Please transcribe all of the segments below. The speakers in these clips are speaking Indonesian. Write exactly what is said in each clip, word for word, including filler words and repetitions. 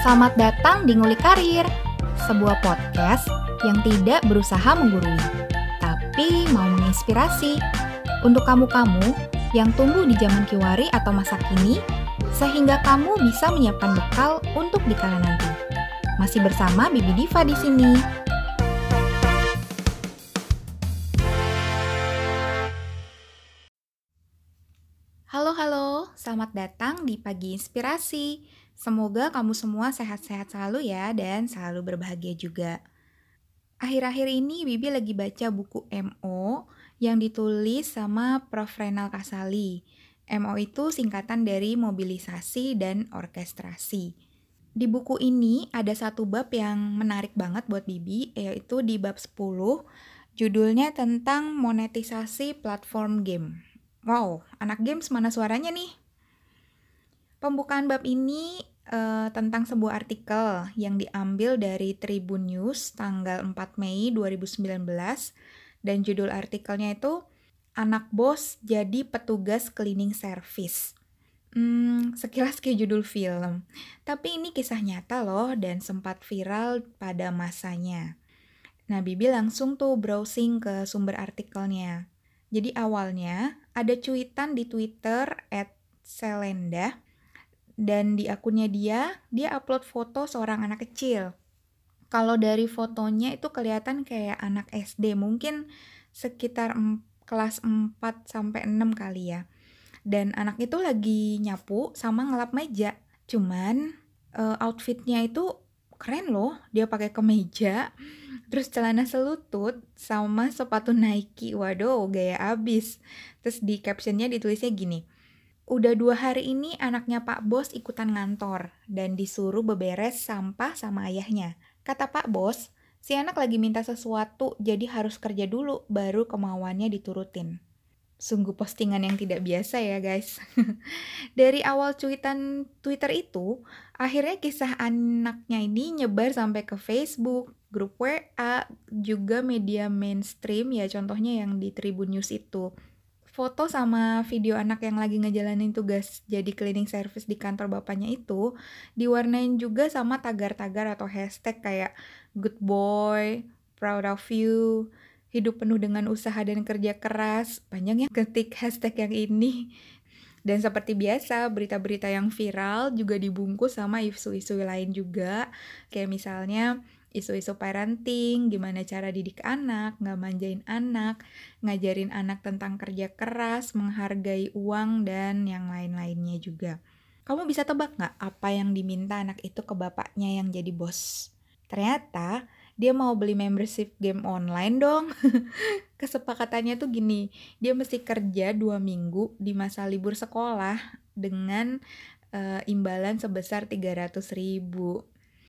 Selamat datang di Ngulik Karir, sebuah podcast yang tidak berusaha menggurui, tapi mau menginspirasi untuk kamu-kamu yang tumbuh di zaman kiwari atau masa kini, sehingga kamu bisa menyiapkan bekal untuk di kala nanti. Masih bersama Bibi Diva di sini. Halo halo, selamat datang di Pagi Inspirasi. Semoga kamu semua sehat-sehat selalu ya dan selalu berbahagia juga. Akhir-akhir ini Bibi lagi baca buku M O yang ditulis sama Prof Renal Kasali. M O itu singkatan dari mobilisasi dan orkestrasi. Di buku ini ada satu bab yang menarik banget buat Bibi, yaitu di bab sepuluh, judulnya tentang monetisasi platform game. Wow, anak games mana suaranya nih? Pembukaan bab ini uh, tentang sebuah artikel yang diambil dari Tribun News tanggal empat Mei dua ribu sembilan belas dan judul artikelnya itu Anak Bos Jadi Petugas Cleaning Service. Hmm, sekilas kayak judul film. Tapi ini kisah nyata loh dan sempat viral pada masanya. Nah, Bibi langsung tuh browsing ke sumber artikelnya. Jadi awalnya ada cuitan di Twitter at selenda. Dan di akunnya dia, dia upload foto seorang anak kecil. Kalau dari fotonya itu kelihatan kayak anak S D, mungkin sekitar em- kelas empat sampai enam kali ya. Dan anak itu lagi nyapu sama ngelap meja. Cuman uh, outfitnya itu keren loh, dia pakai kemeja, terus celana selutut sama sepatu Nike. Waduh, gaya abis. Terus di captionnya ditulisnya gini, udah dua hari ini anaknya Pak Bos ikutan ngantor dan disuruh beberes sampah sama ayahnya. Kata Pak Bos, si anak lagi minta sesuatu jadi harus kerja dulu baru kemauannya diturutin. Sungguh postingan yang tidak biasa ya guys. Dari awal cuitan Twitter itu, akhirnya kisah anaknya ini nyebar sampai ke Facebook, grup W A, juga media mainstream ya contohnya yang di Tribun News itu. Foto sama video anak yang lagi ngejalanin tugas jadi cleaning service di kantor bapaknya itu diwarnain juga sama tagar-tagar atau hashtag kayak good boy, proud of you, hidup penuh dengan usaha dan kerja keras. Banyak yang ketik hashtag yang ini. Dan seperti biasa, berita-berita yang viral juga dibungkus sama isu-isu lain juga. Kayak misalnya isu-isu parenting, gimana cara didik anak, nggak manjain anak, ngajarin anak tentang kerja keras, menghargai uang, dan yang lain-lainnya juga. Kamu bisa tebak nggak apa yang diminta anak itu ke bapaknya yang jadi bos? Ternyata dia mau beli membership game online dong. Kesepakatannya tuh gini, dia mesti kerja dua minggu di masa libur sekolah dengan uh, imbalan sebesar tiga ratus ribu.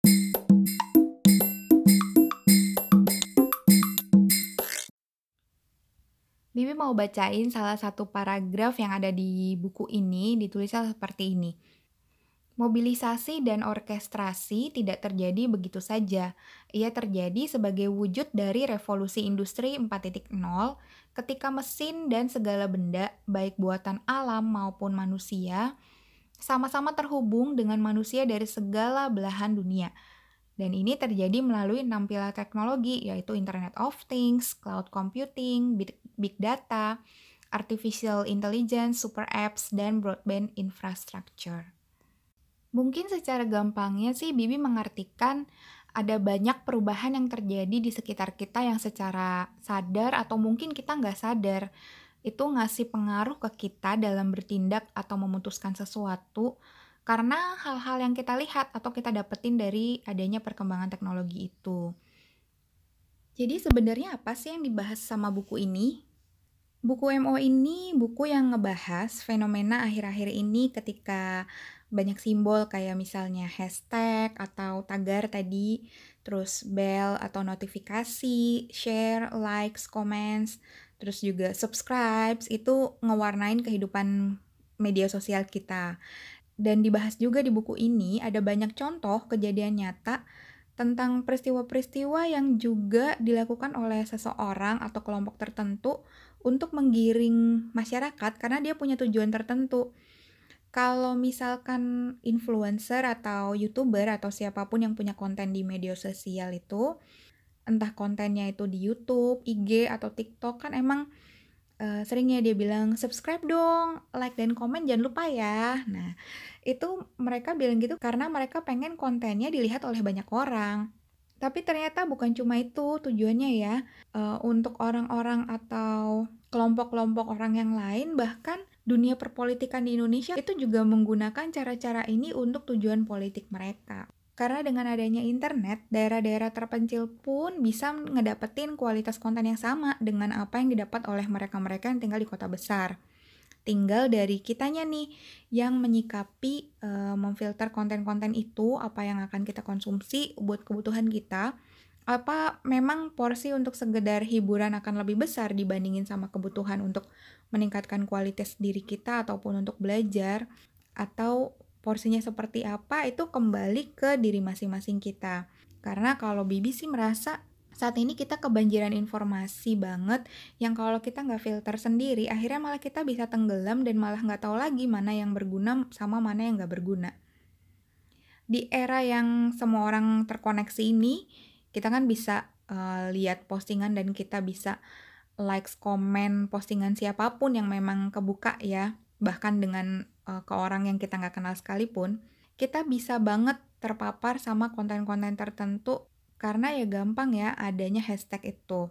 Bibi mau bacain salah satu paragraf yang ada di buku ini, ditulisnya seperti ini. Mobilisasi dan orkestrasi tidak terjadi begitu saja. Ia terjadi sebagai wujud dari revolusi industri empat titik nol ketika mesin dan segala benda, baik buatan alam maupun manusia, sama-sama terhubung dengan manusia dari segala belahan dunia. Dan ini terjadi melalui enam pilar teknologi, yaitu Internet of Things, Cloud Computing, Big Data, Artificial Intelligence, Super Apps, dan Broadband Infrastructure. Mungkin secara gampangnya sih Bibi mengartikan ada banyak perubahan yang terjadi di sekitar kita yang secara sadar atau mungkin kita nggak sadar itu ngasih pengaruh ke kita dalam bertindak atau memutuskan sesuatu karena hal-hal yang kita lihat atau kita dapetin dari adanya perkembangan teknologi itu. Jadi sebenarnya apa sih yang dibahas sama buku ini? Buku M O ini buku yang ngebahas fenomena akhir-akhir ini ketika banyak simbol kayak misalnya hashtag atau tagar tadi, terus bell atau notifikasi, share, likes, comments, terus juga subscribe, itu ngewarnain kehidupan media sosial kita. Dan dibahas juga di buku ini ada banyak contoh kejadian nyata tentang peristiwa-peristiwa yang juga dilakukan oleh seseorang atau kelompok tertentu untuk menggiring masyarakat karena dia punya tujuan tertentu. Kalau misalkan influencer atau YouTuber atau siapapun yang punya konten di media sosial itu, entah kontennya itu di YouTube, I G, atau TikTok, kan emang uh, seringnya dia bilang, subscribe dong, like dan komen jangan lupa ya. Nah, itu mereka bilang gitu karena mereka pengen kontennya dilihat oleh banyak orang. Tapi ternyata bukan cuma itu tujuannya ya. Uh, untuk orang-orang atau kelompok-kelompok orang yang lain, bahkan dunia perpolitikan di Indonesia itu juga menggunakan cara-cara ini untuk tujuan politik mereka. Karena dengan adanya internet, daerah-daerah terpencil pun bisa ngedapetin kualitas konten yang sama dengan apa yang didapat oleh mereka-mereka yang tinggal di kota besar. Tinggal dari kitanya nih yang menyikapi, e, memfilter konten-konten itu, apa yang akan kita konsumsi buat kebutuhan kita, apa memang porsi untuk sekedar hiburan akan lebih besar dibandingin sama kebutuhan untuk meningkatkan kualitas diri kita ataupun untuk belajar, atau porsinya seperti apa itu kembali ke diri masing-masing kita. Karena kalau Bibi sih merasa saat ini kita kebanjiran informasi banget yang kalau kita nggak filter sendiri, akhirnya malah kita bisa tenggelam dan malah nggak tahu lagi mana yang berguna sama mana yang nggak berguna. Di era yang semua orang terkoneksi ini, kita kan bisa uh, lihat postingan dan kita bisa likes, komen, postingan siapapun yang memang kebuka ya, bahkan dengan uh, ke orang yang kita nggak kenal sekalipun, kita bisa banget terpapar sama konten-konten tertentu karena ya gampang ya adanya hashtag itu.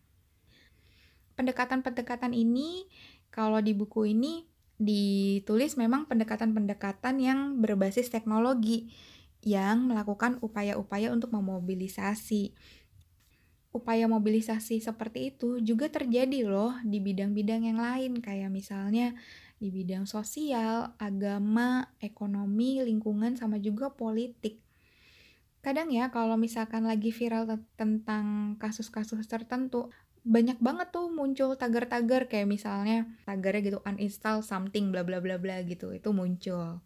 Pendekatan-pendekatan ini, kalau di buku ini ditulis memang pendekatan-pendekatan yang berbasis teknologi yang melakukan upaya-upaya untuk memobilisasi. Upaya mobilisasi seperti itu juga terjadi loh di bidang-bidang yang lain, kayak misalnya di bidang sosial, agama, ekonomi, lingkungan, sama juga politik. Kadang ya kalau misalkan lagi viral t- tentang kasus-kasus tertentu, banyak banget tuh muncul tagar-tagar kayak misalnya tagarnya gitu uninstall something bla bla bla bla gitu, itu muncul.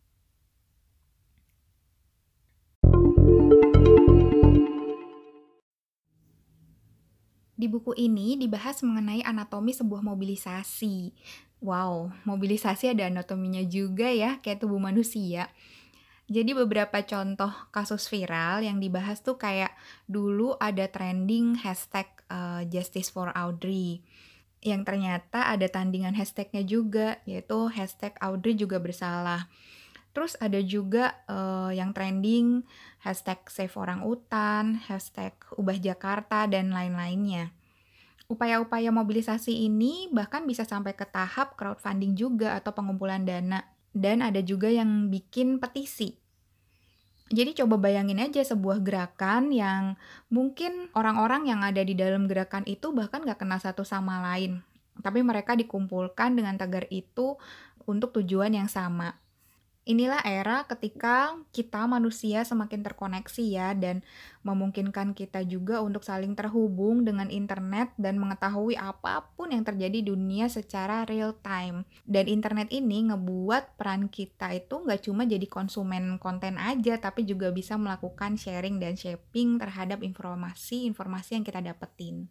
Di buku ini dibahas mengenai anatomi sebuah mobilisasi. Wow, mobilisasi ada anatominya juga ya, kayak tubuh manusia. Jadi beberapa contoh kasus viral yang dibahas tuh kayak dulu ada trending hashtag uh, Justice for Audrey. Yang ternyata ada tandingan hashtagnya juga, yaitu hashtag Audrey juga bersalah. Terus ada juga uh, yang trending hashtag Save Orang Utan, hashtag Ubah Jakarta, dan lain-lainnya. Upaya-upaya mobilisasi ini bahkan bisa sampai ke tahap crowdfunding juga atau pengumpulan dana. Dan ada juga yang bikin petisi. Jadi coba bayangin aja sebuah gerakan yang mungkin orang-orang yang ada di dalam gerakan itu bahkan gak kenal satu sama lain. Tapi mereka dikumpulkan dengan tagar itu untuk tujuan yang sama. Inilah era ketika kita manusia semakin terkoneksi ya, dan memungkinkan kita juga untuk saling terhubung dengan internet dan mengetahui apapun yang terjadi di dunia secara real time. Dan internet ini ngebuat peran kita itu nggak cuma jadi konsumen konten aja, tapi juga bisa melakukan sharing dan shaping terhadap informasi-informasi yang kita dapetin.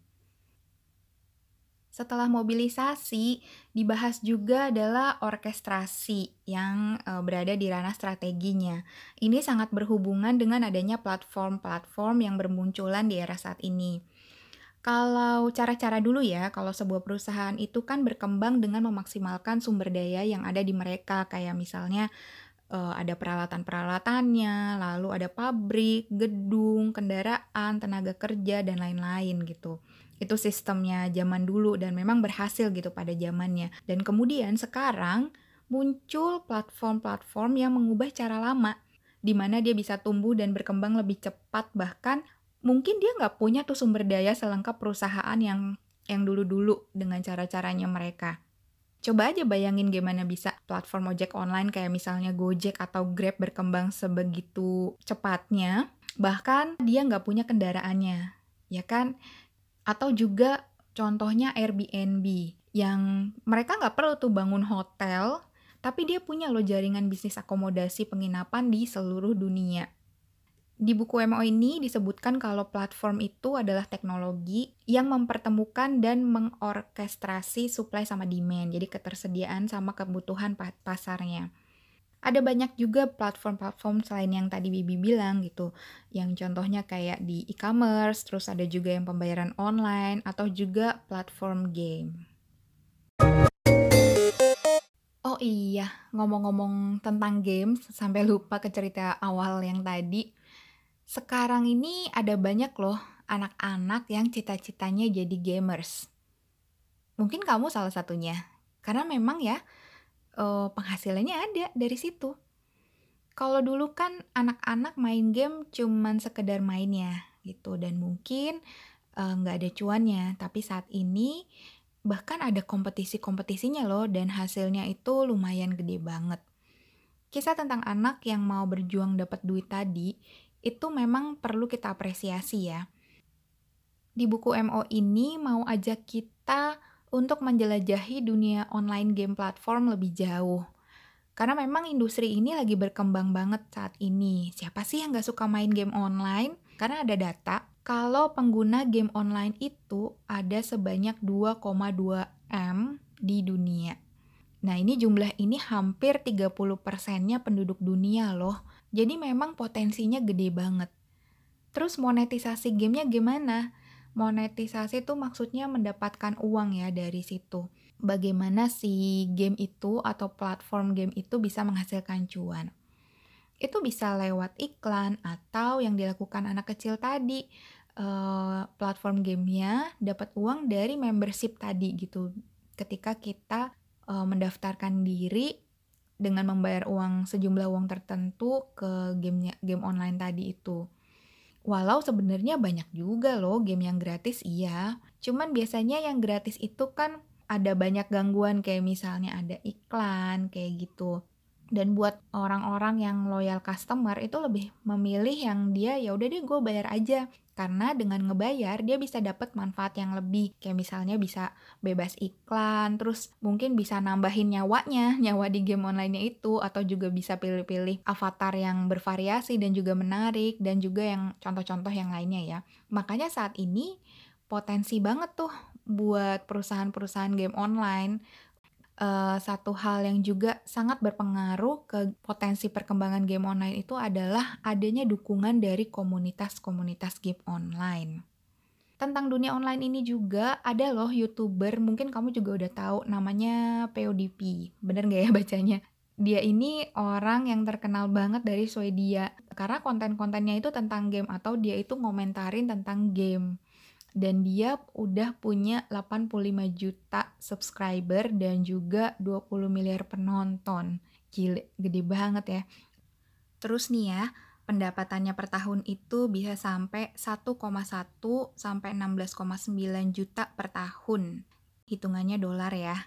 Setelah mobilisasi, dibahas juga adalah orkestrasi yang e, berada di ranah strateginya. Ini sangat berhubungan dengan adanya platform-platform yang bermunculan di era saat ini. Kalau cara-cara dulu ya, kalau sebuah perusahaan itu kan berkembang dengan memaksimalkan sumber daya yang ada di mereka, kayak misalnya e, ada peralatan-peralatannya, lalu ada pabrik, gedung, kendaraan, tenaga kerja, dan lain-lain gitu. Itu sistemnya zaman dulu dan memang berhasil gitu pada zamannya. Dan kemudian sekarang muncul platform-platform yang mengubah cara lama, di mana dia bisa tumbuh dan berkembang lebih cepat, bahkan mungkin dia nggak punya tuh sumber daya selengkap perusahaan yang yang dulu-dulu dengan cara-caranya mereka. Coba aja bayangin gimana bisa platform ojek online kayak misalnya Gojek atau Grab berkembang sebegitu cepatnya, bahkan dia nggak punya kendaraannya, ya kan? Atau juga contohnya Airbnb, yang mereka nggak perlu tuh bangun hotel, tapi dia punya loh jaringan bisnis akomodasi penginapan di seluruh dunia. Di buku M O ini disebutkan kalau platform itu adalah teknologi yang mempertemukan dan mengorkestrasi supply sama demand, jadi ketersediaan sama kebutuhan pasarnya. Ada banyak juga platform-platform selain yang tadi Bibi bilang gitu, yang contohnya kayak di e-commerce, terus ada juga yang pembayaran online, atau juga platform game. Oh iya, ngomong-ngomong tentang games, sampai lupa ke cerita awal yang tadi. Sekarang ini ada banyak loh anak-anak yang cita-citanya jadi gamers. Mungkin kamu salah satunya. Karena memang ya, eee, penghasilannya ada dari situ. Kalau dulu kan anak-anak main game cuman sekedar main ya, gitu, dan mungkin, eee, nggak ada cuannya. Tapi saat ini, bahkan ada kompetisi-kompetisinya loh, dan hasilnya itu lumayan gede banget. Kisah tentang anak yang mau berjuang dapat duit tadi, itu memang perlu kita apresiasi ya. Di buku M O ini mau ajak kita untuk menjelajahi dunia online game platform lebih jauh. Karena memang industri ini lagi berkembang banget saat ini. Siapa sih yang nggak suka main game online? Karena ada data, kalau pengguna game online itu ada sebanyak dua koma dua M di dunia. Nah, ini jumlah ini hampir tiga puluh persennya penduduk dunia loh. Jadi memang potensinya gede banget. Terus monetisasi gamenya gimana? Monetisasi itu maksudnya mendapatkan uang ya dari situ. Bagaimana si game itu atau platform game itu bisa menghasilkan cuan. Itu bisa lewat iklan atau yang dilakukan anak kecil tadi. eh, platform gamenya dapat uang dari membership tadi gitu. Ketika kita eh, mendaftarkan diri dengan membayar uang sejumlah uang tertentu ke gamenya, game online tadi itu. Walau sebenarnya banyak juga loh game yang gratis, iya. Cuman biasanya yang gratis itu kan ada banyak gangguan kayak misalnya ada iklan kayak gitu. Dan buat orang-orang yang loyal customer itu lebih memilih yang dia ya udah deh gue bayar aja. Karena dengan ngebayar dia bisa dapat manfaat yang lebih. Kayak misalnya bisa bebas iklan, terus mungkin bisa nambahin nyawanya, nyawa di game online-nya itu, atau juga bisa pilih-pilih avatar yang bervariasi dan juga menarik, dan juga yang contoh-contoh yang lainnya ya. Makanya saat ini potensi banget tuh buat perusahaan-perusahaan game online. Uh, satu hal yang juga sangat berpengaruh ke potensi perkembangan game online itu adalah adanya dukungan dari komunitas-komunitas game online. Tentang dunia online ini juga ada loh YouTuber, mungkin kamu juga udah tahu namanya PewDiePie. Bener nggak ya bacanya? Dia ini orang yang terkenal banget dari Swedia karena konten-kontennya itu tentang game atau dia itu ngomentarin tentang game. Dan dia udah punya delapan puluh lima juta subscriber dan juga dua puluh miliar penonton. Gile, gede banget ya. Terus nih ya, pendapatannya per tahun itu bisa sampai satu koma satu sampai enam belas koma sembilan juta per tahun. Hitungannya dolar ya.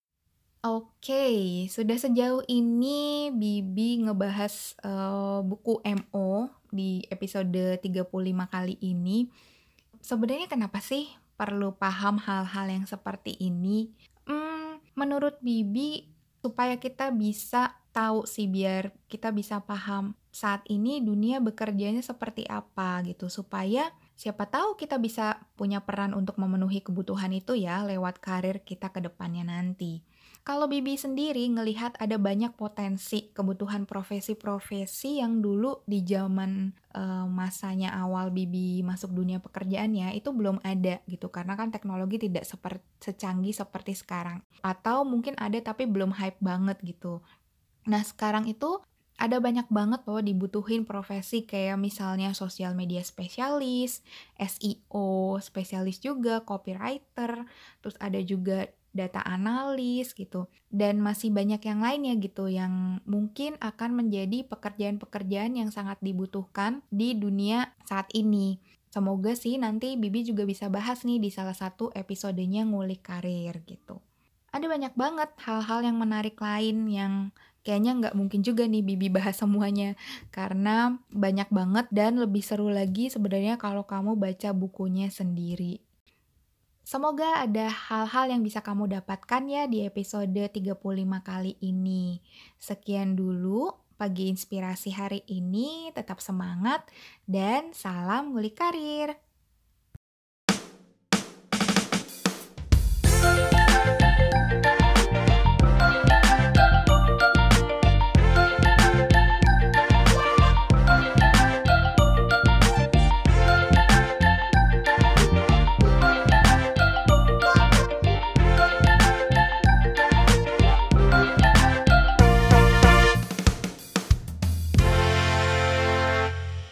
Oke, sudah sejauh ini Bibi ngebahas uh, buku M O di episode tiga puluh lima kali ini. Sebenarnya kenapa sih perlu paham hal-hal yang seperti ini? Hmm, menurut Bibi, supaya kita bisa tahu sih, biar kita bisa paham saat ini dunia bekerjanya seperti apa gitu, supaya siapa tahu kita bisa punya peran untuk memenuhi kebutuhan itu ya lewat karir kita ke depannya nanti. Kalau Bibi sendiri ngelihat ada banyak potensi kebutuhan profesi-profesi yang dulu di zaman uh, masanya awal Bibi masuk dunia pekerjaannya itu belum ada gitu, karena kan teknologi tidak seperti secanggih seperti sekarang, atau mungkin ada tapi belum hype banget gitu. Nah sekarang itu ada banyak banget loh dibutuhin profesi kayak misalnya sosial media spesialis, S E O spesialis juga, copywriter, terus ada juga data analis gitu, dan masih banyak yang lainnya gitu yang mungkin akan menjadi pekerjaan-pekerjaan yang sangat dibutuhkan di dunia saat ini. Semoga sih nanti Bibi juga bisa bahas nih di salah satu episodenya ngulik karir gitu. Ada banyak banget hal-hal yang menarik lain yang kayaknya nggak mungkin juga nih Bibi bahas semuanya, karena banyak banget dan lebih seru lagi sebenarnya kalau kamu baca bukunya sendiri. Semoga ada hal-hal yang bisa kamu dapatkan ya di episode tiga puluh lima kali ini. Sekian dulu pagi inspirasi hari ini, tetap semangat dan salam ngulik karir.